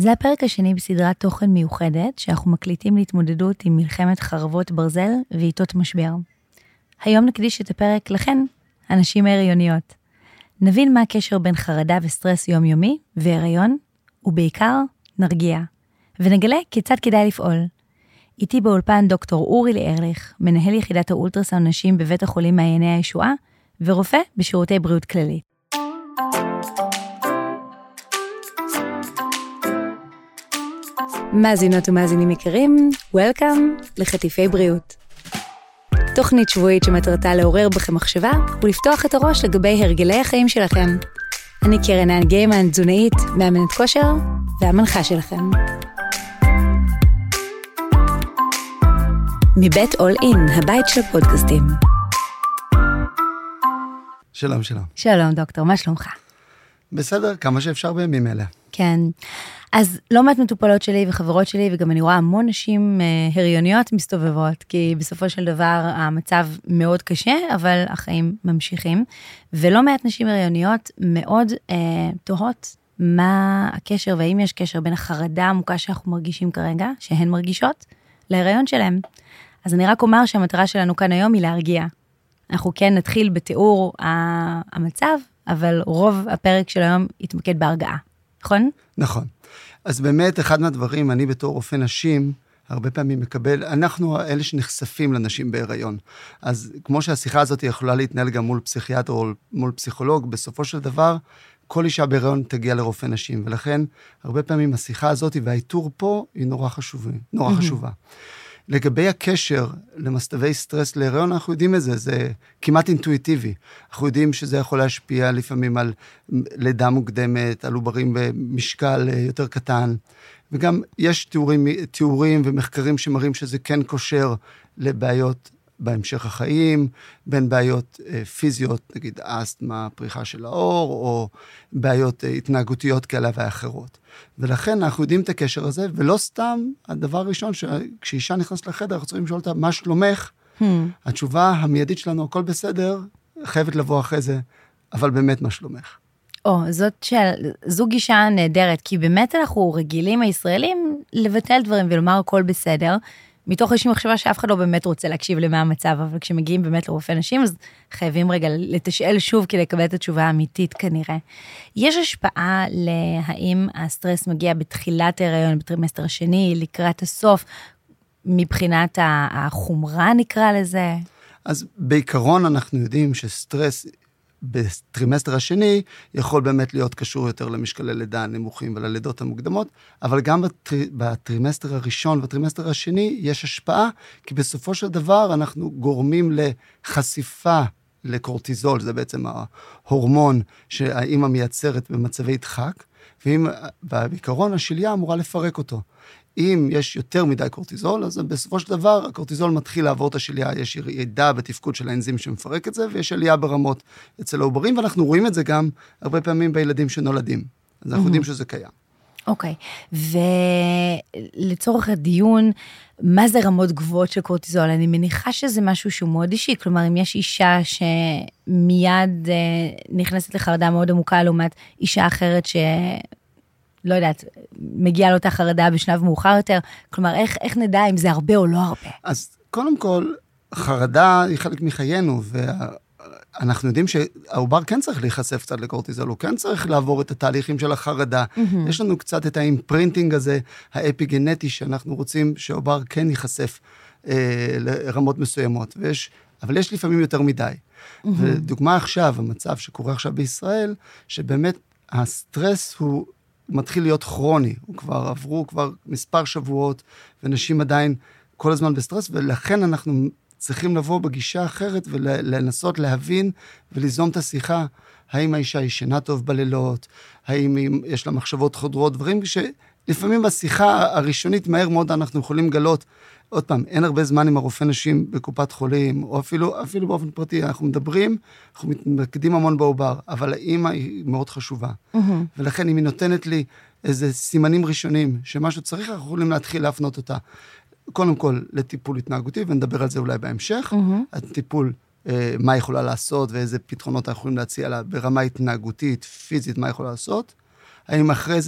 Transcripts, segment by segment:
זה הפרק השני בסדרת תוכן מיוחדת, שאנחנו מקליטים להתמודדות עם מלחמת חרבות ברזל ועיתות משבר. היום נקדיש את הפרק לכן, הנשים ההריוניות. נבין מה הקשר בין חרדה וסטרס יומיומי והיריון, ובעיקר נרגיע. ונגלה כיצד כדאי לפעול. איתי באולפן דוקטור אורי ארליך, מנהל יחידת האולטרסאונד נשים בבית החולים מעייני הישועה, ורופא בשירותי בריאות כללית. מאזינות ומאזינים יקרים, Welcome לחטיפי בריאות. תוכנית שבועית שמטרתה לעורר בכם מחשבה ולפתוח את הראש לגבי הרגלי החיים שלכם. אני קרן גיימן, תזונאית, מאמנת כושר והמנחה שלכם. מבית אול אין, הבית של הפודקאסטים. שלום, שלום. שלום דוקטור, מה שלומך? בסדר, כמה שאפשר בימים אלה. כן. אז לא מעט מטופלות שלי וחברות שלי, וגם אני רואה המון נשים הריוניות מסתובבות, כי בסופו של דבר המצב מאוד קשה, אבל החיים ממשיכים. ולא מעט נשים הריוניות מאוד תוהות מה הקשר, והאם יש קשר בין החרדה העמוקה שאנחנו מרגישים כרגע, שהן מרגישות, להיריון שלהם. אז אני רק אומר שהמטרה שלנו כאן היום היא להרגיע. אנחנו כן נתחיל בתיאור המצב, אבל רוב הפרק של היום יתמקד בהרגעה. נכון? נכון. אז באמת, אחד מהדברים, אני בתור רופא נשים, הרבה פעמים מקבל, אנחנו אלה שנחשפים לנשים בהיריון. אז כמו שהשיחה הזאת יכולה להתנהל גם מול פסיכיאטר או מול פסיכולוג, בסופו של דבר, כל אישה בהיריון תגיע לרופא נשים, ולכן, הרבה פעמים השיחה הזאת והאיתור פה היא נורא חשובה. לגבי הקשר למסתווי סטרס להיריון, אנחנו יודעים את זה, זה כמעט אינטואיטיבי. אנחנו יודעים שזה יכול להשפיע לפעמים על לידה מוקדמת, על עוברים במשקל יותר קטן, וגם יש תיאורים ומחקרים שמראים שזה כן קושר לבעיות בהמשך החיים, בין בעיות פיזיות, נגיד אסתמה, פריחה של האור, או בעיות התנהגותיות כאלה ואחרות. ולכן אנחנו יודעים את הקשר הזה, ולא סתם הדבר הראשון, כשאישה נכנסת לחדר, אנחנו צריכים לשאול אותה, מה שלומך? התשובה המיידית שלנו, הכל בסדר, חייבת לבוא אחרי זה, אבל באמת מה שלומך? זו גישה נהדרת, כי באמת אנחנו רגילים הישראלים לבטל דברים ולומר הכל בסדר, מתוך איזושהי מחשבה שאף אחד לא באמת רוצה להקשיב למה המצב, אבל כשמגיעים באמת לרופא נשים, אז חייבים רגע לתשאל שוב כדי לקבל את התשובה האמיתית כנראה. יש השפעה להאם הסטרס מגיע בתחילת ההיריון, בטרימסטר השני, לקראת הסוף, מבחינת החומרה נקרא לזה? אז בעיקרון אנחנו יודעים שסטרס בטרימסטר השני יכול באמת להיות קשור יותר למשקלי לידה הנמוכים וללידות המוקדמות, אבל גם בטרימסטר הראשון ובטרימסטר השני יש השפעה, כי בסופו של דבר אנחנו גורמים לחשיפה לקורטיזול, זה בעצם ההורמון שהאימא מייצרת במצבי דחק, ובעיקרון השליה אמורה לפרק אותו. אם יש יותר מדי קורטיזול, אז בסופו של דבר הקורטיזול מתחיל לעבור את השליה, יש ירידה בתפקוד של האנזים שמפרק את זה, ויש עלייה ברמות אצל העוברים, ואנחנו רואים את זה גם הרבה פעמים בילדים שנולדים. אז אנחנו יודעים שזה קיים. אוקיי, ולצורך הדיון, מה זה רמות גבוהות של קורטיזול? אני מניחה שזה משהו שהוא מאוד אישי, כלומר, אם יש אישה שמיד נכנסת לחרדה מאוד עמוקה, לעומת אישה אחרת לא יודעת, מגיעה לאותה חרדה בשלב מאוחר יותר, כלומר, איך נדע אם זה הרבה או לא הרבה? אז קודם כל, חרדה היא חלק מחיינו, ואנחנו יודעים שהעובר כן צריך להיחשף קצת לקורטיזול, הוא כן צריך לעבור את התהליכים של החרדה. יש לנו קצת את האימפרינטינג הזה, האפיגנטי, שאנחנו רוצים שהעובר כן ייחשף לרמות מסוימות, אבל יש לפעמים יותר מדי. ודוגמה עכשיו, המצב שקורה עכשיו בישראל, שבאמת הסטרס הוא מתחיל להיות כרוני, עברו מספר שבועות, ונשים עדיין כל הזמן בסטרס, ולכן אנחנו צריכים לבוא בגישה אחרת, ולנסות להבין וליזום את השיחה, האם האישה ישנה טוב בלילות, האם יש לה מחשבות חודרות, דברים שלפעמים בשיחה הראשונית מהר מאוד אנחנו יכולים לגלות, עוד פעם, אין הרבה זמן עם הרופא נשים בקופת חולים, או אפילו באופן פרטי, אנחנו מדברים, אנחנו מתמקדים המון בעובר, אבל האמא היא מאוד חשובה. ולכן אם היא נותנת לי איזה סימנים ראשונים, שמשהו צריך, אנחנו יכולים להתחיל להפנות אותה. קודם כל, לטיפול התנהגותי, ונדבר על זה אולי בהמשך, הטיפול, מה יכולה לעשות, ואיזה פתרונות אנחנו יכולים להציע לה, ברמה התנהגותית, פיזית, מה יכולה לעשות. האם אחרי זה,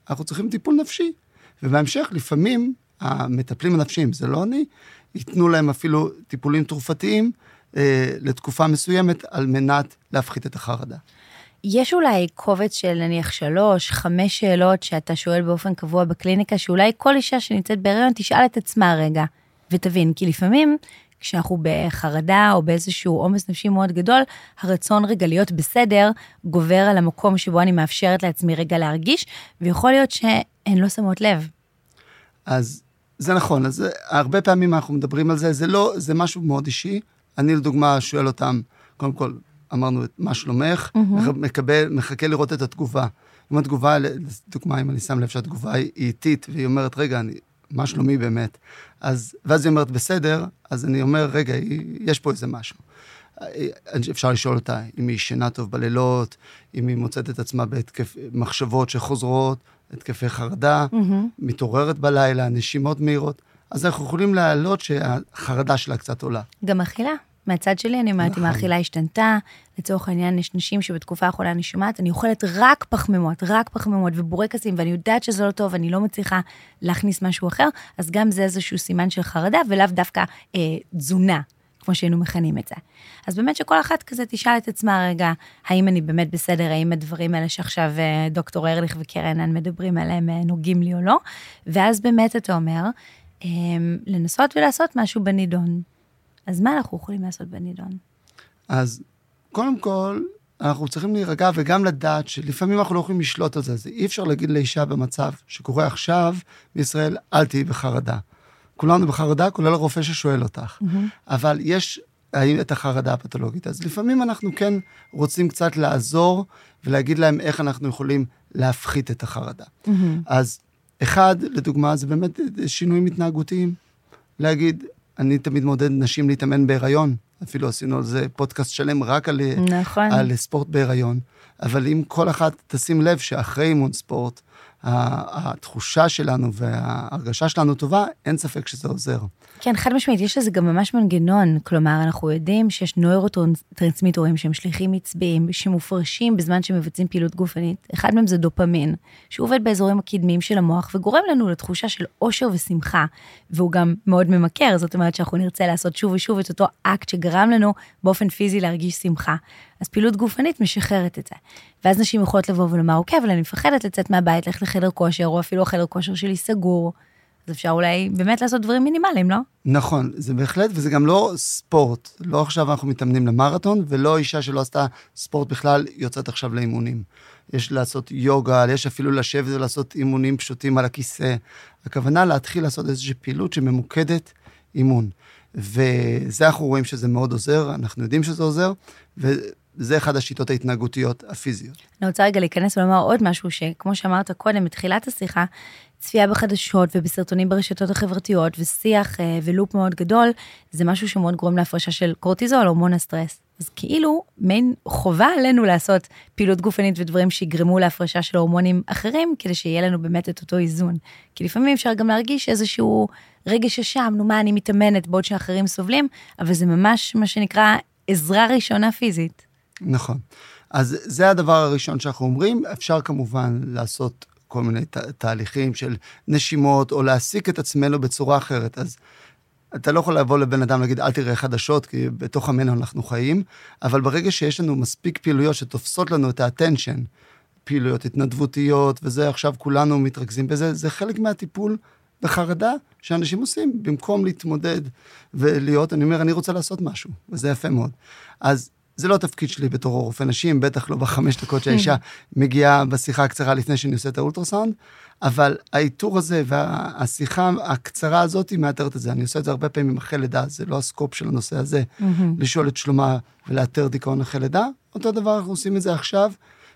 אנחנו צריכים טיפול נפשי. ובהמשך, לפעמים, המטפלים הנפשיים, זה לא אני, ייתנו להם אפילו טיפולים תרופתיים לתקופה מסוימת, על מנת להפחית את החרדה. יש אולי קובץ של נניח 3-5 שאלות שאתה שואל באופן קבוע בקליניקה, שאולי כל אישה שנמצאת בהיריון תשאל את עצמה רגע, ותבין, כי לפעמים כשאנחנו בחרדה או באיזשהו עומס נפשי מאוד גדול, הרצון רגע להיות בסדר גובר על המקום שבו אני מאפשרת לעצמי רגע להרגיש, ויכול להיות שהן לא שמות לב. אז זה נכון, אז הרבה פעמים אנחנו מדברים על זה, זה משהו מאוד אישי. אני לדוגמה שואל אותם, קודם כל, אמרנו מה שלומך, מחכה לראות את התגובה. אם התגובה, לדוגמה, אם אני שם לב שהתגובה היא איטית, והיא אומרת, רגע, מה שלומי באמת? ואז היא אומרת, בסדר, אז אני אומר, רגע, יש פה איזה משהו. אפשר לשאול אותה, אם היא ישנה טוב בלילות, אם היא מוצאת את עצמה בהתקף מחשבות שחוזרות, התקפי חרדה, מתעוררת בלילה, נשימות מהירות, אז אנחנו יכולים להעלות שהחרדה שלה קצת עולה. גם אכילה. מהצד שלי אני אומרת, אם האכילה השתנתה, לצורך העניין יש נשים שבתקופה האחרונה אני שומעת, אני אוכלת רק פחמימות ובורקסים, ואני יודעת שזה לא טוב, אני לא מצליחה להכניס משהו אחר, אז גם זה איזשהו סימן של חרדה, ולאו דווקא תזונה, כמו שהיינו מכנים את זה. אז באמת שכל אחת כזה תשאל את עצמה רגע, האם אני באמת בסדר, האם הדברים האלה שעכשיו דוקטור ארליך וקרן מדברים עליהם נוגעים לי או לא, ואז באמת אתה אומר, לנסות ולעשות משהו בנידון. אז מה אנחנו יכולים לעשות בנידון? אז קודם כל, אנחנו צריכים להירגע וגם לדעת שלפעמים אנחנו לא יכולים לשלוט על זה. אז אי אפשר להגיד לאישה במצב שקורה עכשיו בישראל, אל תהי בחרדה. כולנו בחרדה, כולל הרופא ששואל אותך. אבל יש את החרדה הפתולוגית. אז לפעמים אנחנו כן רוצים קצת לעזור ולהגיד להם איך אנחנו יכולים להפחית את החרדה. אז אחד, לדוגמה, זה באמת שינויים התנהגותיים. להגיד, אני תמיד מודד נשים להתאמן בהיריון, אפילו עשינו על זה פודקאסט שלם רק על ספורט בהיריון, אבל אם כל אחת תשים לב שאחרי אימון ספורט, התחושה שלנו וההרגשה שלנו טובה, אין ספק שזה עוזר. כן, חד משמעית, יש לזה גם ממש מנגנון, כלומר, אנחנו יודעים שיש נוירוטרנסמיטורים שהם שליחים עצביים, שמופרשים בזמן שמבצעים פעילות גופנית. אחד מהם זה דופמין, שהוא עובד באזורים הקדמיים של המוח, וגורם לנו לתחושה של אושר ושמחה, והוא גם מאוד ממכר, זאת אומרת שאנחנו נרצה לעשות שוב ושוב את אותו אקט שגרם לנו באופן פיזי להרגיש שמחה. אז פעילות גופנית משחררת את זה. ואז נשים יכולות לבוא ולומר, אוקיי, אבל אני מפחדת לצאת מהבית, ללכת לחדר כושר, או אפילו החדר כושר שלי סגור. אז אפשר אולי באמת לעשות דברים מינימליים, לא? נכון, זה בהחלט, וזה גם לא ספורט. לא עכשיו אנחנו מתאמנים למרתון, ולא אישה שלא עשתה ספורט בכלל יוצאת עכשיו לאימונים. יש לעשות יוגה, יש אפילו לשבת ולעשות אימונים פשוטים על הכיסא. הכוונה להתחיל לעשות איזושהי פעילות שממוקדת אימון. וזה אנחנו רואים שזה מאוד עוזר, אנחנו יודעים שזה עוזר, וזה אחד השיטות ההתנהגותיות הפיזיות. אני רוצה רגע להיכנס ולומר עוד משהו, שכמו שאמרת קודם, בתחילת השיחה, צפייה בחדשות ובסרטונים ברשתות החברתיות, ושיח ולופ מאוד גדול, זה משהו שמאוד גורם להפרשה של קורטיזול, הורמון הסטרס. אז כאילו, מעין חובה עלינו לעשות פעילות גופנית ודברים שיגרמו להפרשה של הורמונים אחרים, כדי שיהיה לנו באמת את אותו איזון. כי לפעמים אפשר גם להרגיש איזשהו רגש אשם, נו מה, אני מתאמנת בעוד שאחרים סובלים, אבל זה ממש מה שנקרא עזרה ראשונה פיזית. נכון. אז זה הדבר הראשון שאנחנו אומרים. אפשר כמובן לעשות כל מיני תהליכים של נשימות, או להסיק את עצמנו בצורה אחרת. אז אתה לא יכול לבוא לבן אדם להגיד, אל תראה חדשות, כי בתוך עמנו אנחנו חיים, אבל ברגע שיש לנו מספיק פעילויות שתופסות לנו את האטנשן, פעילויות התנדבותיות, וזה עכשיו כולנו מתרכזים בזה, זה חלק מהטיפול בחרדה שאנשים עושים, במקום להתמודד ולהיות, אני אומר, אני רוצה לעשות משהו, וזה יפה מאוד. אז זה לא התפקיד שלי בתור רופא נשים, בטח לא ב5 דקות שהאישה מגיעה בשיחה הקצרה לפני שאני עושה את האולטרסאונד, אבל האיתור הזה והשיחה הקצרה הזאת היא מאתרת את זה. אני עושה את זה הרבה פעמים אחרי לידה, זה לא הסקופ של הנושא הזה, לשאול את שלומה ולאתר דיכאון אחרי לידה. אותו דבר אנחנו עושים את זה עכשיו,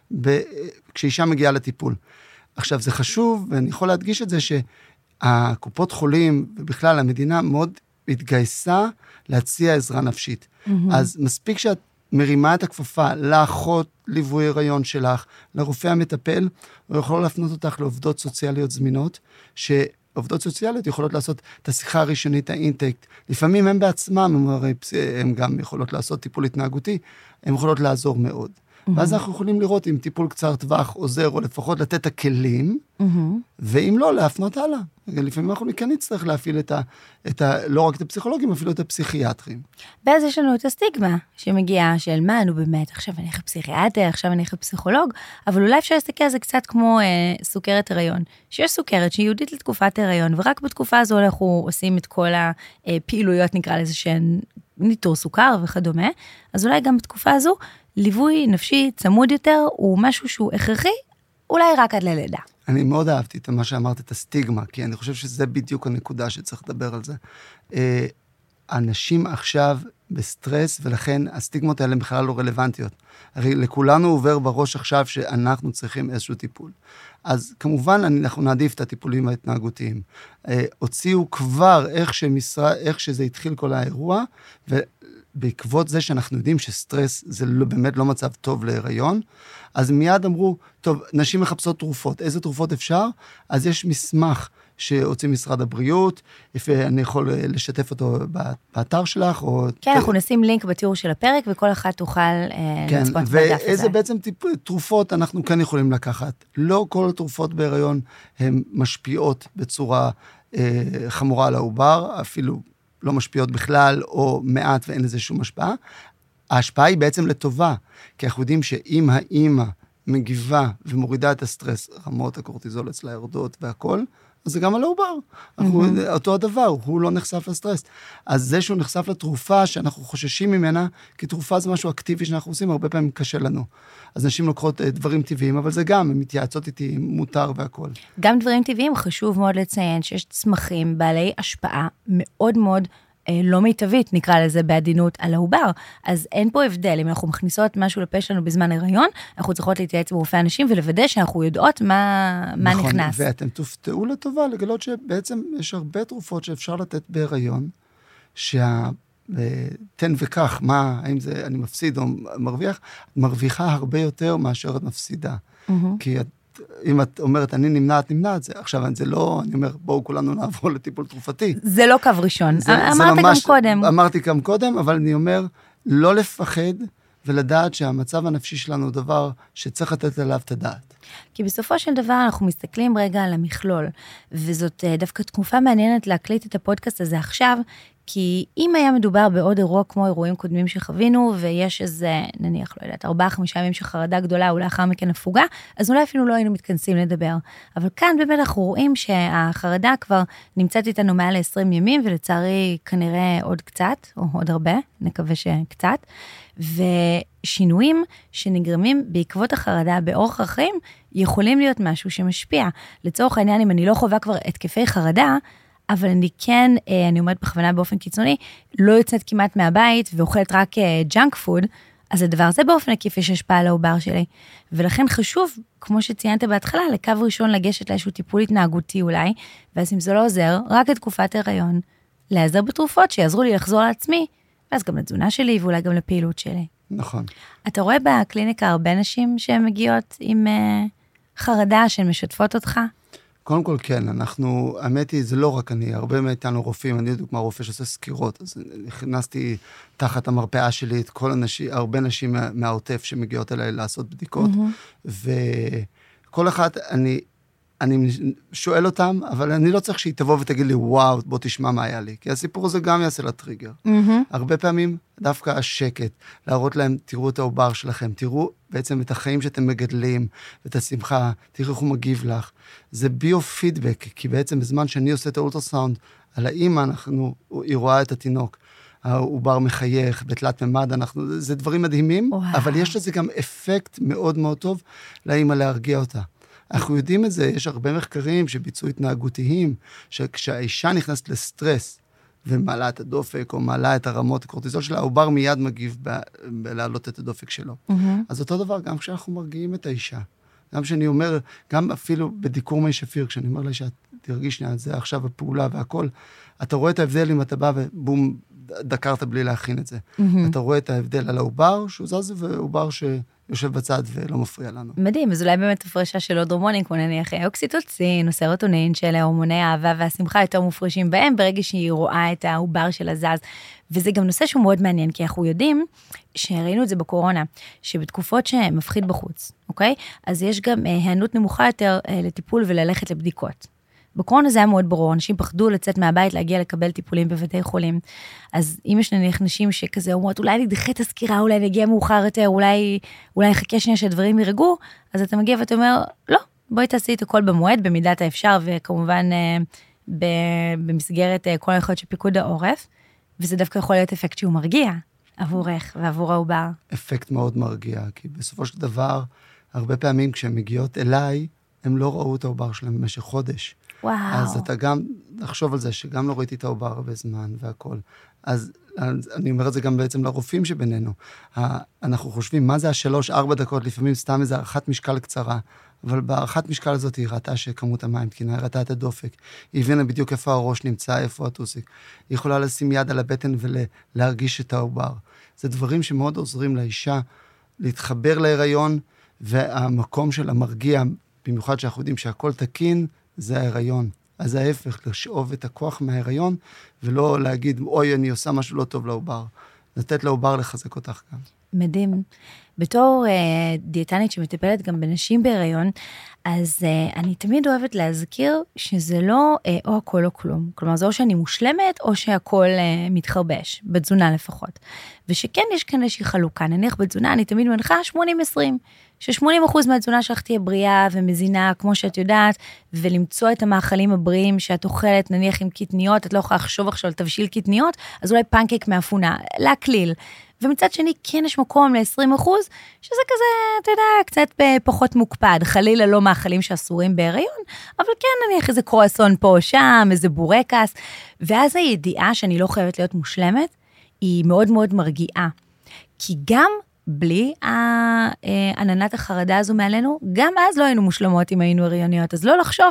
כשאישה מגיעה לטיפול. עכשיו זה חשוב, ואני יכול להדגיש את זה שהקופות חולים, ובכלל המדינה מאוד התגייסה להציע עזרה נפשית. אז מספיק שאת מרימה את הכפפה לאחות ליווי הריון שלך, לרופא המטפל, הוא יכול להפנות אותך לעובדות סוציאליות זמינות, שעובדות סוציאליות יכולות לעשות את השיחה הראשונית, האינטקט. לפעמים הם בעצמם, הם גם יכולות לעשות טיפול התנהגותי, הם יכולות לעזור מאוד. ואז אנחנו יכולים לראות אם טיפול קצר טווח עוזר, או לפחות לתת את הכלים, ואם לא, להפנות הלאה. לפעמים אנחנו כן נצטרך להפעיל לא רק את הפסיכולוגים, אפילו את הפסיכיאטרים. ואז יש לנו את הסטיגמה שמגיעה של מה, נו באמת, עכשיו אני הולך לפסיכיאטר, עכשיו אני הולך לפסיכולוג, אבל אולי אפשר להסתכל על זה קצת כמו סוכרת הריון. שיש סוכרת שהיא יהודית לתקופת הריון, ורק בתקופה הזו אנחנו עושים את כל הפעילויות, נקרא לזה שהן ניטור סוכר וכדומה, אז אולי גם בתקופה הזו, ליווי נפשי צמוד יותר, הוא משהו שהוא הכרחי, אולי רק עד ללידה. אני מאוד אהבתי את מה שאמרת, את הסטיגמה, כי אני חושב שזה בדיוק הנקודה שצריך לדבר על זה. אנשים עכשיו בסטרס, ולכן הסטיגמות האלה בכלל לא רלוונטיות. הרי לכולנו עובר בראש עכשיו שאנחנו צריכים איזשהו טיפול. אז כמובן אנחנו נעדיף את הטיפולים ההתנהגותיים. הוציאו כבר איך שזה התחיל כל האירוע, ובעקבות זה שאנחנו יודעים שסטרס זה באמת לא מצב טוב להיריון, אז מיד אמרו, טוב, נשים מחפשות תרופות, איזה תרופות אפשר? אז יש מסמך שהוציא משרד הבריאות, ואני יכול לשתף אותו באתר שלך, או... כן, אנחנו נשים לינק בתיאור של הפרק, וכל אחת תוכל לצפות בדף הזה. ואיזה בעצם תרופות אנחנו כן יכולים לקחת. לא כל התרופות בהיריון הן משפיעות בצורה חמורה על העובר, אפילו לא משפיעות בכלל, או מעט ואין לזה שום השפעה. ההשפעה היא בעצם לטובה, כי אנחנו יודעים שאם האמא מגיבה ומורידה את הסטרס, רמות הקורטיזול אצלה יורדות והכל, אז זה גם על העובר. אותו הדבר, הוא לא נחשף לסטרס. אז זה שהוא נחשף לתרופה שאנחנו חוששים ממנה, כי תרופה זה משהו אקטיבי שאנחנו עושים, הרבה פעמים קשה לנו. אז נשים לוקחות דברים טבעיים, אבל זה גם, הן מתייעצות איתי, מותר והכל. גם דברים טבעיים, חשוב מאוד לציין שיש צמחים בעלי השפעה מאוד מאוד לא מיטבית, נקרא לזה בעדינות, על העובר. אז אין פה הבדל, אם אנחנו מכניסות משהו לפה שלנו בזמן הריון, אנחנו צריכות להתייעץ ברופאי אנשים, ולוודא שאנחנו יודעות מה נכנס. נכון, ואתם תופתעו לטובה, לגלות שבעצם יש הרבה תרופות שאפשר לתת בהיריון, תן וכך, האם זה אני מפסיד או מרוויח, מרוויחה הרבה יותר מאשר את מפסידה. כי אם את אומרת, אני נמנעת, זה. עכשיו, זה לא, אני אומר, בואו כולנו נעבור לטיפול תרופתי. זה לא קו ראשון. אמרת גם קודם. אמרתי גם קודם, אבל אני אומר, לא לפחד ולדעת שהמצב הנפשי שלנו הוא דבר שצריך לתת עליו את הדעת. כי בסופו של דבר אנחנו מסתכלים רגע על המכלול, וזאת דווקא תקופה מעניינת להקליט את הפודקאסט הזה עכשיו, כי אם היה מדובר בעוד אירוע כמו אירועים קודמים שחווינו, ויש איזה, נניח, לא יודעת, 4-5 ימים של חרדה גדולה, או לאחר מכן הפוגה, אז אולי אפילו לא היינו מתכנסים לדבר. אבל כאן באמת אנחנו רואים שהחרדה כבר נמצאת איתנו מעל 20 ימים, ולצערי כנראה עוד קצת, או עוד הרבה, נקווה שקצת, ושינויים שנגרמים בעקבות החרדה באורח החיים, יכולים להיות משהו שמשפיע. לצורך העניין, אם אני לא חווה כבר התקפי חרדה, אבל אני כן, אני אומרת בכוונה באופן קיצוני, לא יוצאת כמעט מהבית ואוכלת רק ג'אנק פוד, אז הדבר הזה באופן עקיף יש השפעה על העובר שלי. ולכן חשוב, כמו שציינת בהתחלה, לקו ראשון לגשת לאיזשהו טיפול התנהגותי אולי, ואז אם זה לא עוזר, רק לתקופת הריון, להיעזר בתרופות שיעזרו לי לחזור לעצמי, ואז גם לתזונה שלי ואולי גם לפעילות שלי. נכון. אתה רואה בקליניקה הרבה נשים שהן מגיעות עם חרדה שהן משתפות אותך? קודם כל כן, האמת היא, זה לא רק אני, הרבה מאיתנו רופאים, אני יודע כמו רופא שעושה סקירות, אז הכנסתי תחת המרפאה שלי את כל הרבה נשים מהעוטף שמגיעות אליי לעשות בדיקות, וכל אחת, אני שואל אותם, אבל אני לא צריך שהיא תבוא ותגיד לי, וואו, בוא תשמע מה היה לי, כי הסיפור הזה גם יעשה לה טריגר. הרבה פעמים, דווקא השקט, להראות להם, תראו את העובר שלכם, תראו בעצם את החיים שאתם מגדלים, ואת השמחה, תראו איך הוא מגיב לך. זה ביו-פידבק, כי בעצם בזמן שאני עושה את האולטרסאונד, על האמא היא רואה את התינוק, העובר מחייך, בתלת ממד, זה דברים מדהימים, אבל יש לזה גם אפקט מאוד מאוד טוב, לאמא להרגיע אותה. אנחנו יודעים את זה, יש הרבה מחקרים שביצעו התנהגותיים, שכשהאישה נכנסת לסטרס, ומעלה את הדופק, או מעלה את הרמות הקורטיזול שלה, העובר מיד מגיב להעלות את הדופק שלו. אז אותו דבר, גם כשאנחנו מרגיעים את האישה, גם שאני אומר, גם אפילו בדיקור מי שפיר, כשאני אומר לאישה, תרגיש שנייה, זה עכשיו הפעולה והכל, אתה רואה את ההבדל אם אתה בא ובום, דקרת בלי להכין את זה. אתה רואה את ההבדל על העובר, שהוא זז, ועובר שיושב בצד ולא מפריע לנו. מדהים, אז אולי באמת הפרשה של עוד הורמונים, כמו נניח אוקסיטוצין או סרוטונין, שאלה הורמוני האהבה והשמחה יותר מופרשים בהם, ברגע שהיא רואה את העובר של הזז. וזה גם נושא שהוא מאוד מעניין, כי אנחנו יודעים, שראינו את זה בקורונה, שבתקופות שמפחיד בחוץ, אוקיי? אז יש גם היענות נמוכה יותר לטיפול וללכת לבדיקות. בקורונה זה היה מאוד ברור, אנשים פחדו לצאת מהבית, להגיע לקבל טיפולים בבתי חולים. אז אם יש נניח נשים שכזה אומרות, אולי נדחה את הסקירה, אולי נגיע מאוחר יותר, אולי נחכה שנייה שהדברים ירגעו, אז אתה מגיע ואתה אומר, לא, בואי תעשי את הכל במועד, במידת האפשר, וכמובן במסגרת כל היכולת של פיקוד העורף, וזה דווקא יכול להיות אפקט שהוא מרגיע עבורך ועבור העובר. אפקט מאוד מרגיע, כי בסופו של דבר, הרבה פעמים כשהן מגיעות אליי, הם לא ראו את העובר שלהם במשך חודש. וואו. אז אתה גם, לחשוב על זה, שגם לא ראיתי את העובר הרבה זמן והכל. אז אני אומר את זה גם בעצם לרופאים שבינינו. אנחנו חושבים, מה זה 3-4 דקות, לפעמים סתם איזו הערכת משקל קצרה, אבל בהערכת משקל הזאת היא ראתה שכמות המים תקינה, היא ראתה את הדופק, היא הבינה בדיוק איפה הראש נמצא, איפה הטוסיק. היא יכולה לשים יד על הבטן ולהרגיש את העובר. זה דברים שמאוד עוזרים לאישה להתחבר להיריון, והמקום של המרגיע, במיוחד שאנחנו יודעים שהכל תקין, זה ההיריון. אז ההפך, לשאוב את הכוח מההיריון, ולא להגיד, אוי, אני עושה משהו לא טוב לעובר. לתת לעובר לחזק אותך גם. מדהים. בתור דיאטנית שמטפלת גם בנשים בהיריון, אז אני תמיד אוהבת להזכיר שזה לא או הכל או כלום. כלומר, זה או שאני מושלמת, או שהכל מתחרבש, בתזונה לפחות. ושכן יש כאן איזושהי חלוקה. נניח בתזונה, אני תמיד מנחה 80-20. ש80% מהתזונה שלך תהיה בריאה ומזינה, כמו שאת יודעת, ולמצוא את המאכלים הבריאים שאת אוכלת, נניח עם קטניות, את לא יכולה לחשוב עכשיו על תבשיל קטניות, אז אולי פנקק מאפונה, להקליל. ומצד שני, כן יש מקום ל20%, שזה כזה, אתה יודע, קצת פחות מוקפד, חלילה לא מאכלים שאסורים בהיריון, אבל כן, נניח איזה קרואסון פה או שם, איזה בורקס, ואז הידיעה שאני לא חייבת להיות מושלמת, היא מאוד מאוד מרגיעה. כי גם בלי עננת החרדה הזו מעלינו, גם אז לא היינו מושלמות אם היינו הריוניות, אז לא לחשוב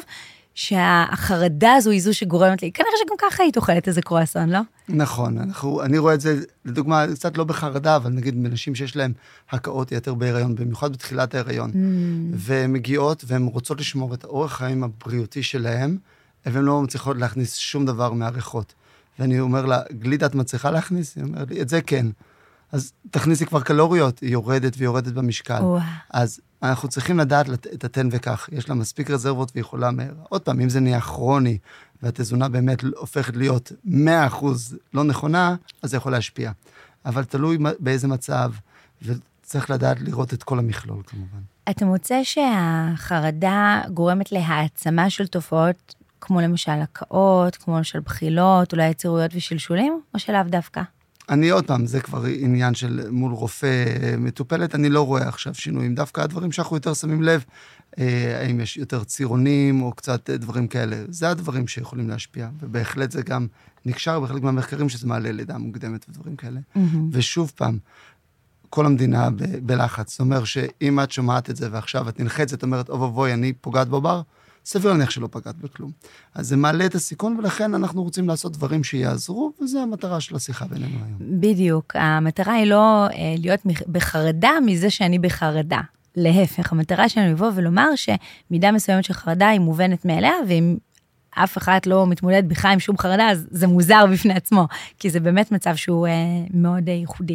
שהחרדה הזו היא זו שגורמת לי, כנראה שגם ככה היא תאכלת איזה קרואסון, לא? נכון, אני רואה את זה, לדוגמה, קצת לא בחרדה, אבל נגיד בנשים שיש להן הקאות יתר בהיריון, במיוחד בתחילת ההיריון, והן מגיעות והן רוצות לשמור את האורח חיים הבריאותי שלהן, והן לא מצליחות להכניס שום דבר מהריחות. ואני אומר לה, גלידה את מצליחה להכניס? היא אומרת לי, את זה כן. אז תכניסי כבר קלוריות, היא יורדת ויורדת במשקל. אז אנחנו צריכים לדעת את התן וכך. יש לה מספיק רזרבות ויכולה מהר. עוד פעם, אם זה נהיה כרוני, והתזונה באמת הופכת להיות 100% לא נכונה, אז זה יכול להשפיע. אבל תלוי באיזה מצב, וצריך לדעת לראות את כל המכלול כמובן. אתה מוצא שהחרדה גורמת להעצמה של תופעות, כמו למשל הקאות, כמו למשל בחילות, אולי יצירויות ושלשולים, או שלאו דווקא? אני עוד פעם, זה כבר עניין של מול רופא מטופלת, אני לא רואה עכשיו שינויים, דווקא הדברים שאנחנו יותר שמים לב, האם יש יותר צירונים או קצת דברים כאלה, זה הדברים שיכולים להשפיע, ובהחלט זה גם נקשר בחלק מהמחקרים שזה מעלה לידה מוקדמת ודברים כאלה. ושוב פעם, כל המדינה בלחץ, זאת אומרת שאם את שומעת את זה ועכשיו את נלחצת, את אומרת, אוי, אני פוגעת בבר, סביר להניח שלא פגעת בכלום. אז זה מעלה את הסיכון, ולכן אנחנו רוצים לעשות דברים שיעזרו, וזו המטרה של השיחה בינינו היום. בדיוק, המטרה היא לא להיות בחרדה מזה שאני בחרדה. להפך, המטרה שלנו לבוא ולומר שמידה מסוימת של חרדה היא מובנת מאליה, ואם אף אחד לא מתמודד בכלל עם שום חרדה, אז זה מוזר בפני עצמו, כי זה באמת מצב שהוא מאוד ייחודי.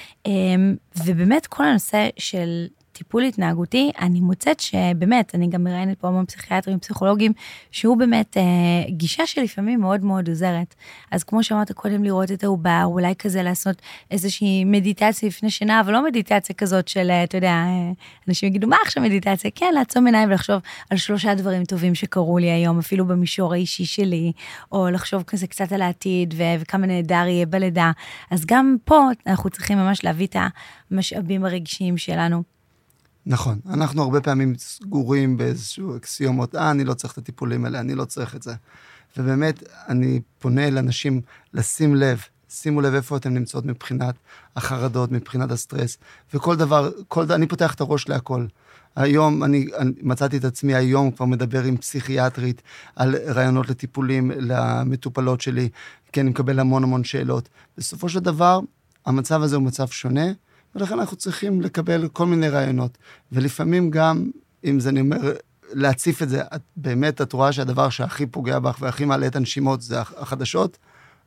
ובאמת כל הנושא של טיפול התנהגותי, אני מוצאת שבאמת, אני גם מראיינת פה המון פסיכיאטרים, פסיכולוגים, שהוא באמת גישה שלפעמים מאוד מאוד עוזרת. אז כמו שאמרת קודם, לראות את העובר, אולי כזה לעשות איזושהי מדיטציה לפני שינה, אבל לא מדיטציה כזאת של, אתה יודע, אנשים יגידו, מה עכשיו מדיטציה? כן, לעצום עיניים ולחשוב על 3 דברים טובים שקרו לי היום, אפילו במישור האישי שלי, או לחשוב כזה קצת על העתיד, וכמה נהדר יהיה בלידה. אז גם פה אנחנו צריכים ממש להביא את המשאבים הרגשיים שלנו. נכון, אנחנו הרבה פעמים סגורים באיזשהו אקסיומות, אני לא צריך את הטיפולים האלה, אני לא צריך את זה. ובאמת, אני פונה לאנשים לשים לב, שימו לב איפה אתם נמצאות מבחינת החרדות, מבחינת הסטרס, וכל דבר, אני פותח את הראש להכל. היום אני מצאתי את עצמי היום כבר מדבר עם פסיכיאטרית על רעיונות לטיפולים למטופלות שלי, כי אני מקבל המון שאלות. בסופו של דבר, המצב הזה הוא מצב שונה, ולכן אנחנו צריכים לקבל כל מיני רעיונות. ולפעמים גם, אם זה אני אומר, להציף את זה, באמת את רואה שהדבר שהכי פוגע בך והכי מעלה את הנשימות זה החדשות,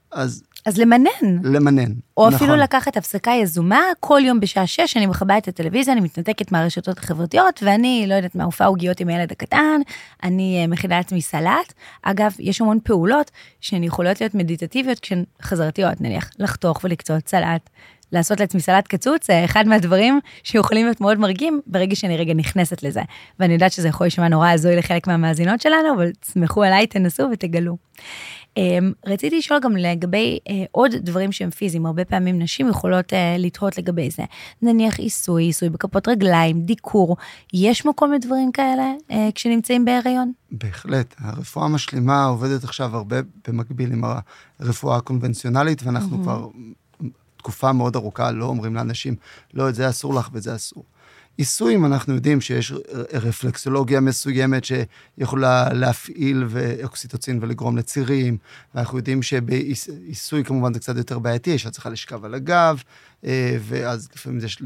אז למנן. למנן, או נכון. אפילו לקחת הפסקה יזומה, כל יום בשעה 6, אני מכבה את הטלוויזיה, אני מתנתקת מהרשתות החברתיות, ואני, לא יודעת, מההופעה עוגיות עם הילד הקטן, אני מכינה לעצמי סלט. אגב, יש המון פעולות שהן יכולות להיות מדיטטיביות, כשהן חזרתיות, נניח, לחתוך ולקצות סלט, לעשות לעצמי סלט קצוץ, זה אחד מהדברים שיכולים להיות מאוד מרגעים, ברגע שאני רגע נכנסת לזה. ואני יודעת שזה יכול לשמוע נורא הזוי לחלק מהמאזינות שלנו, אבל תסמכו עליי, תנסו ותגלו. רציתי לשאול גם לגבי עוד דברים שהם פיזיים, הרבה פעמים נשים יכולות לתהות לגבי זה, נניח עיסוי בכפות רגליים, דיקור, יש מקום לדברים כאלה כשנמצאים בהיריון? בהחלט, הרפואה המשלימה עובדת עכשיו הרבה במקביל עם הרפואה הקונבנציונלית, ואנחנו כבר תקופה מאוד ארוכה לא אומרים לאנשים, לא, את זה אסור לך ואת זה אסור. עיסויים, אנחנו יודעים שיש רפלקסולוגיה מסוימת שיכולה להפעיל אוקסיטוצין ולגרום לצירים, ואנחנו יודעים שבעיסוי כמובן זה קצת יותר בעייתי, יש צריכה לשכב על הגב, ואז לפעמים יש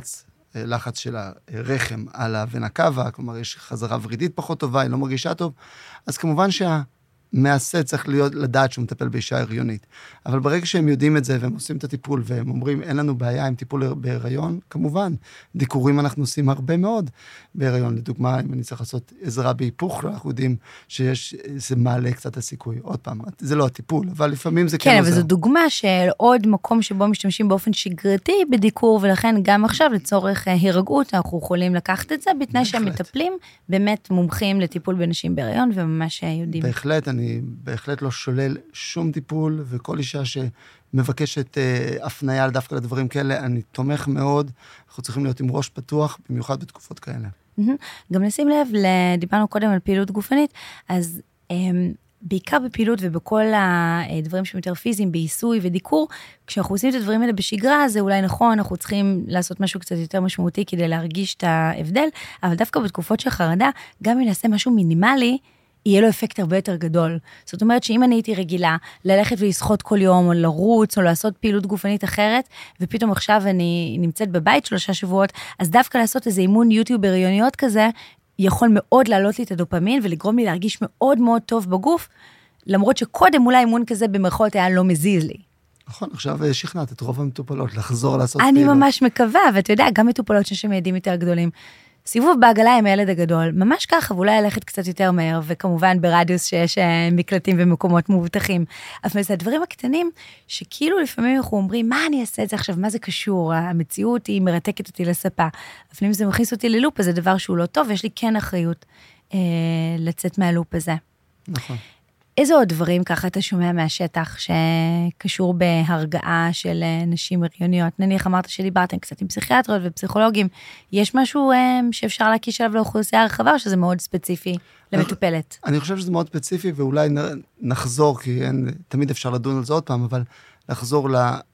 לחץ של הרחם על הוונה קאבה, כלומר יש חזרה ורידית פחות טובה, היא לא מרגישה טוב, אז כמובן מעשה צריך לדעת שהוא מטפל באישה הריונית. אבל ברגע שהם יודעים את זה, והם עושים את הטיפול, והם אומרים, אין לנו בעיה עם טיפול בהיריון, כמובן, דיקורים אנחנו עושים הרבה מאוד בהיריון. לדוגמה, אם אני צריך לעשות עזרה בהיפוך, אנחנו יודעים שזה מעלה קצת הסיכוי. עוד פעם, זה לא הטיפול, אבל לפעמים זה כן עוזר. כן, אבל זו דוגמה של עוד מקום שבו משתמשים באופן שגרתי בדיקור, ולכן גם עכשיו לצורך הירגעות, אנחנו יכולים לקחת את זה, בתנאי שהם מטפלים, באמת מומחים לטיפול בנשים בהיריון, וממש יודעים. בהחלט, אני בהחלט לא שולל שום טיפול, וכל אישה שמבקשת הפניה דווקא לדברים כאלה, אני תומך מאוד, אנחנו צריכים להיות עם ראש פתוח, במיוחד בתקופות כאלה. גם נשים לב, דיברנו קודם על פעילות גופנית, אז בעיקר בפעילות ובכל הדברים שהם יותר פיזיים, בעיסוי ודיקור, כשאנחנו עושים את הדברים האלה בשגרה, זה אולי נכון, אנחנו צריכים לעשות משהו קצת יותר משמעותי כדי להרגיש את ההבדל, אבל דווקא בתקופות של חרדה, גם אם נעשה משהו מינימלי, יהיה לו אפקט הרבה יותר גדול. זאת אומרת שאם אני הייתי רגילה ללכת ולשחות כל יום, או לרוץ, או לעשות פעילות גופנית אחרת, ופתאום עכשיו אני נמצאת בבית 3 שבועות, אז דווקא לעשות איזה אימון יוטיוב הריוניות כזה, יכול מאוד להעלות לי את הדופמין, ולגרום לי להרגיש מאוד מאוד טוב בגוף, למרות שקודם אולי אימון כזה במרכאות היה לא מזיז לי. נכון, עכשיו שכנעת את רוב המטופלות לחזור לעשות פעילות. אני ממש מקווה, ואתה יודע, גם מטופלות שהם ילדים יותר גדולים, סיבוב בעגלה עם הילד הגדול, ממש ככה, ואולי ללכת קצת יותר מהר, וכמובן ברדיוס שיש מקלטים ומקומות מובטחים. אבל זה הדברים הקטנים, שכאילו לפעמים אנחנו אומרים, מה אני אעשה את זה עכשיו, מה זה קשור? המציאות היא מרתקת אותי לספה. אבל אם זה מכניס אותי ללופ, אז זה דבר שהוא לא טוב, ויש לי כן אחריות לצאת מהלופ הזה. נכון. איזה עוד דברים ככה אתה שומע מהשטח שקשור בהרגעה של נשים הריוניות? נניח אמרת שדיברתם קצת עם פסיכיאטריות ופסיכולוגים, יש משהו שאפשר להקיש עליו לאוכלוסייה הרחבה, או שזה מאוד ספציפי למטופלת? אני חושב שזה מאוד ספציפי, ואולי נחזור, כי תמיד אפשר לדון על זה עוד פעם, אבל לחזור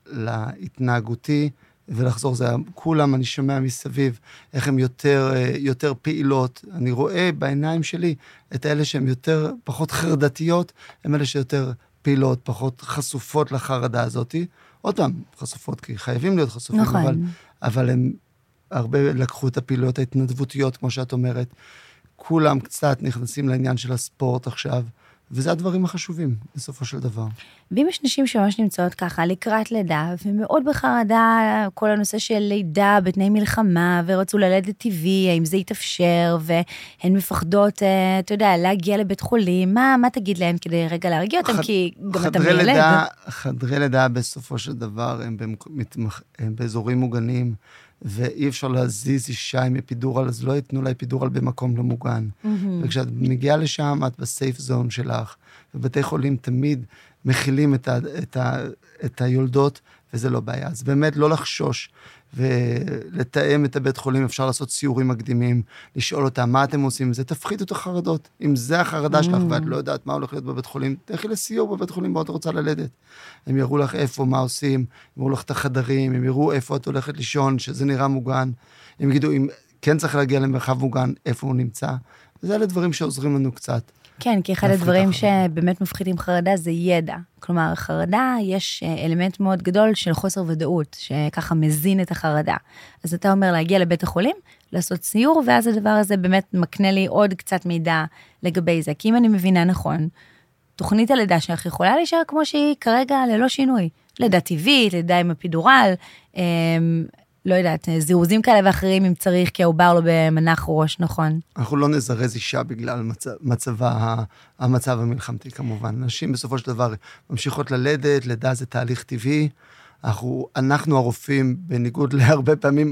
להתנהגותי, ולחזור זה, כולם אני שומע מסביב, איך הם יותר פעילות, אני רואה בעיניים שלי את אלה שהן פחות חרדתיות, הם אלה שיותר פעילות, פחות חשופות לחרדה הזאת, עוד פעם חשופות, כי חייבים להיות חשופים, נכון. אבל הם הרבה לקחו את הפעילויות ההתנדבותיות, כמו שאת אומרת, כולם קצת נכנסים לעניין של הספורט עכשיו, וזה הדברים החשובים, בסופו של דבר. ואם יש נשים שממש נמצאות ככה, לקראת לידה, ומאוד בחרדה, כל הנושא של לידה בתנאי מלחמה, ורצו ללדת טבעי, האם זה יתאפשר, והן מפחדות, אתה יודע, להגיע לבית חולים, מה תגיד להן כדי רגע להרגיע אותם, כי גם אתה מילד. חדרי לידה בסופו של דבר, הם באזורים מוגנים, ואי אפשר להזיז אישה עם אפידורל, אז לא ייתנו לה אפידורל במקום לא מוגן. וכשאת מגיעה לשם, את בסייף זון שלך, ובתי חולים תמיד מכילים את היולדות, וזה לא בעיה. אז באמת לא לחשוש, ולתאם את הבית חולים, אפשר לעשות סיורים מקדימים, לשאול אותם מה אתם עושים, זה תפחית את החרדות. אם זה החרדה שלך, ואת לא יודעת מה הולך להיות בבית חולים, תלכי לסיור בבית חולים, בו את רוצה ללדת. הם יראו לך איפה, מה עושים, הם יראו לך את החדרים, הם יראו איפה את הולכת לישון, שזה נראה מוגן. הם יגידו, כן צריך להגיע למרחב מוגן, איפה הוא נמצא, וזה אלה דברים שעוזרים לנו קצת. כן, כי אחד הדברים שבאמת מפחיתים חרדה זה ידע. כלומר, חרדה יש אלמנט מאוד גדול של חוסר ודאות, שככה מזין את החרדה. אז אתה אומר להגיע לבית החולים, לעשות סיור, ואז הדבר הזה באמת מקנה לי עוד קצת מידע לגבי זה. כי אם אני מבינה נכון, תוכנית הלידה שלך יכולה להישאר כמו שהיא כרגע ללא שינוי. לידה טבעית, לידה עם אפידורל, לא יודעת, זירוזים כאלה ואחרים אם צריך, כי העובר לא במנח ראש, נכון? אנחנו לא נזרז אישה בגלל המצב המלחמתי כמובן. נשים בסופו של דבר ממשיכות ללדת, לידה זה תהליך טבעי. אנחנו הרופאים, בניגוד להרבה פעמים,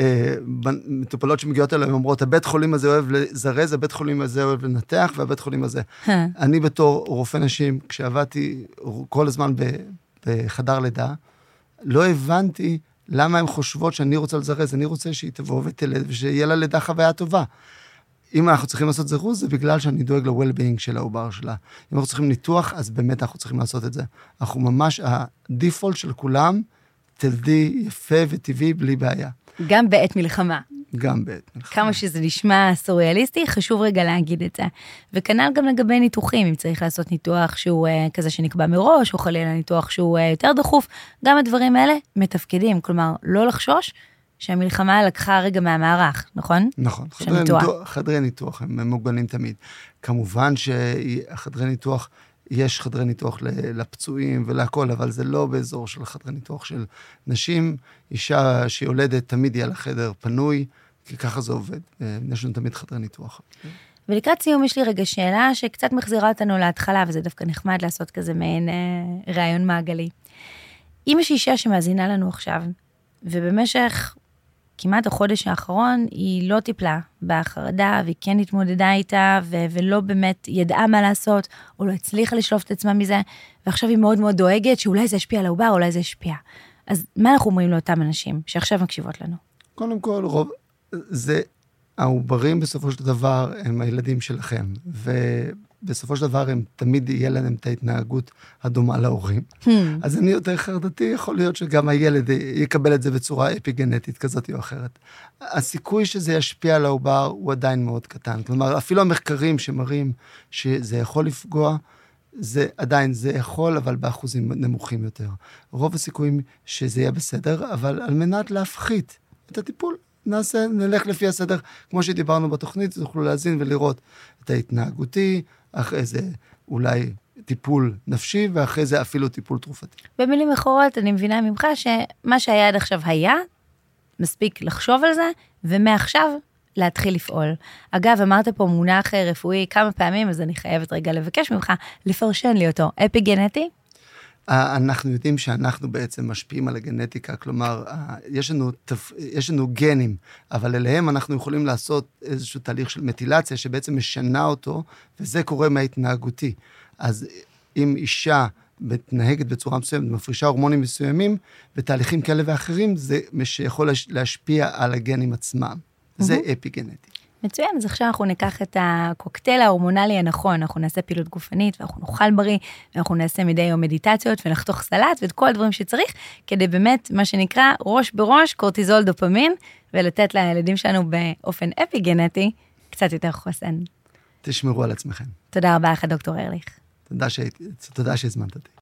מטופלות שמגיעות אליהם, אומרות, הבית חולים הזה אוהב לזרז, הבית חולים הזה אוהב לנתח, והבית חולים הזה. אני בתור רופא נשים, כשעבדתי כל הזמן בחדר לידה, לא הבנתי למה הן חושבות שאני רוצה לזרז, אני רוצה שהיא תבוא ותלד, ושיהיה לה לידה חוויה טובה. אם אנחנו צריכים לעשות זירוז, זה בגלל שאני דואג ל-well-being של העובר שלה. אם אנחנו צריכים ניתוח, אז באמת אנחנו צריכים לעשות את זה. אנחנו ממש, הדיפולט של כולם, תלדי יפה וטבעי בלי בעיה. גם בעת מלחמה. גם בעת מלחמה. כמה שזה נשמע סוריאליסטי, חשוב רגע להגיד את זה. וכנ"ל גם לגבי ניתוחים, אם צריך לעשות ניתוח שהוא כזה שנקבע מראש, או חלילה ניתוח שהוא יותר דחוף, גם הדברים האלה מתפקדים. כלומר, לא לחשוש שהמלחמה לקחה רגע מהמערך, נכון? נכון. חדרי ניתוח הם מוגנים תמיד. כמובן שחדרי ניתוח, יש חדרי ניתוח לפצועים ולהכל, אבל זה לא באזור של חדרי ניתוח של נשים. אישה שיולדת תמיד יהיה לה חדר פנוי, כי ככה זה עובד. יש לנו תמיד חדרי ניתוח. ולקראת סיום יש לי רגע שאלה שקצת מחזירה אותנו להתחלה, וזה דווקא נחמד לעשות כזה מעין רעיון מעגלי. אם יש אישה שמאזינה לנו עכשיו, ובמשך כמעט החודש האחרון, היא לא טיפלה בחרדה, והיא כן התמודדה איתה, ולא באמת ידעה מה לעשות, או לא הצליחה לשלוף את עצמה מזה, ועכשיו היא מאוד מאוד דואגת, שאולי זה ישפיע על העובר, אולי זה ישפיע. אז מה אנחנו אומרים לאותם אנשים, שעכשיו מקשיבות לנו? קודם כל, העוברים בסופו של דבר, הם הילדים שלכם, בסופו של דבר הם תמיד יהיה להם את ההתנהגות הדומה להורים. אז אני יותר חרדתי, יכול להיות שגם הילד יקבל את זה בצורה אפיגנטית כזאת או אחרת. הסיכוי שזה ישפיע על העובר הוא עדיין מאוד קטן. כלומר, אפילו המחקרים שמראים שזה יכול לפגוע, זה עדיין זה יכול, אבל באחוזים נמוכים יותר. רוב הסיכויים שזה יהיה בסדר, אבל על מנת להפחית את הטיפול, נלך לפי הסדר, כמו שדיברנו בתוכנית, תוכלו להזין ולראות את ההתנהגותי, אחרי זה אולי טיפול נפשי, ואחרי זה אפילו טיפול תרופתי. במילים אחרות, אני מבינה ממך שמה שהיה עד עכשיו היה, מספיק לחשוב על זה, ומעכשיו להתחיל לפעול. אגב, אמרת פה מונח רפואי כמה פעמים, אז אני חייבת רגע לבקש ממך, לפרשן לי אותו. אפיגנטי? אנחנו יודעים שאנחנו בעצם משפיעים על הגנטיקה, כלומר, יש לנו גנים, אבל אליהם אנחנו יכולים לעשות איזשהו תהליך של מטילציה, שבעצם משנה אותו, וזה קורה מההתנהגותי. אז אם אישה מתנהגת בצורה מסוימת, מפרישה הורמונים מסוימים, בתהליכים כאלה ואחרים, זה שיכול להשפיע על הגנים עצמם. זה אפיגנטי. מצוין, אז עכשיו אנחנו ניקח את הקוקטייל ההורמונלי הנכון, אנחנו נעשה פעילות גופנית, ואנחנו נאכל בריא, ואנחנו נעשה מדי יום מדיטציות, ונחתוך סלט, ואת כל הדברים שצריך, כדי באמת, מה שנקרא, ראש בראש, קורטיזול דופמין, ולתת לילדים שלנו באופן אפיגנטי, קצת יותר חוסן. תשמרו על עצמכם. תודה רבה לך, דוקטור ארליך. תודה שהזמנת אותי.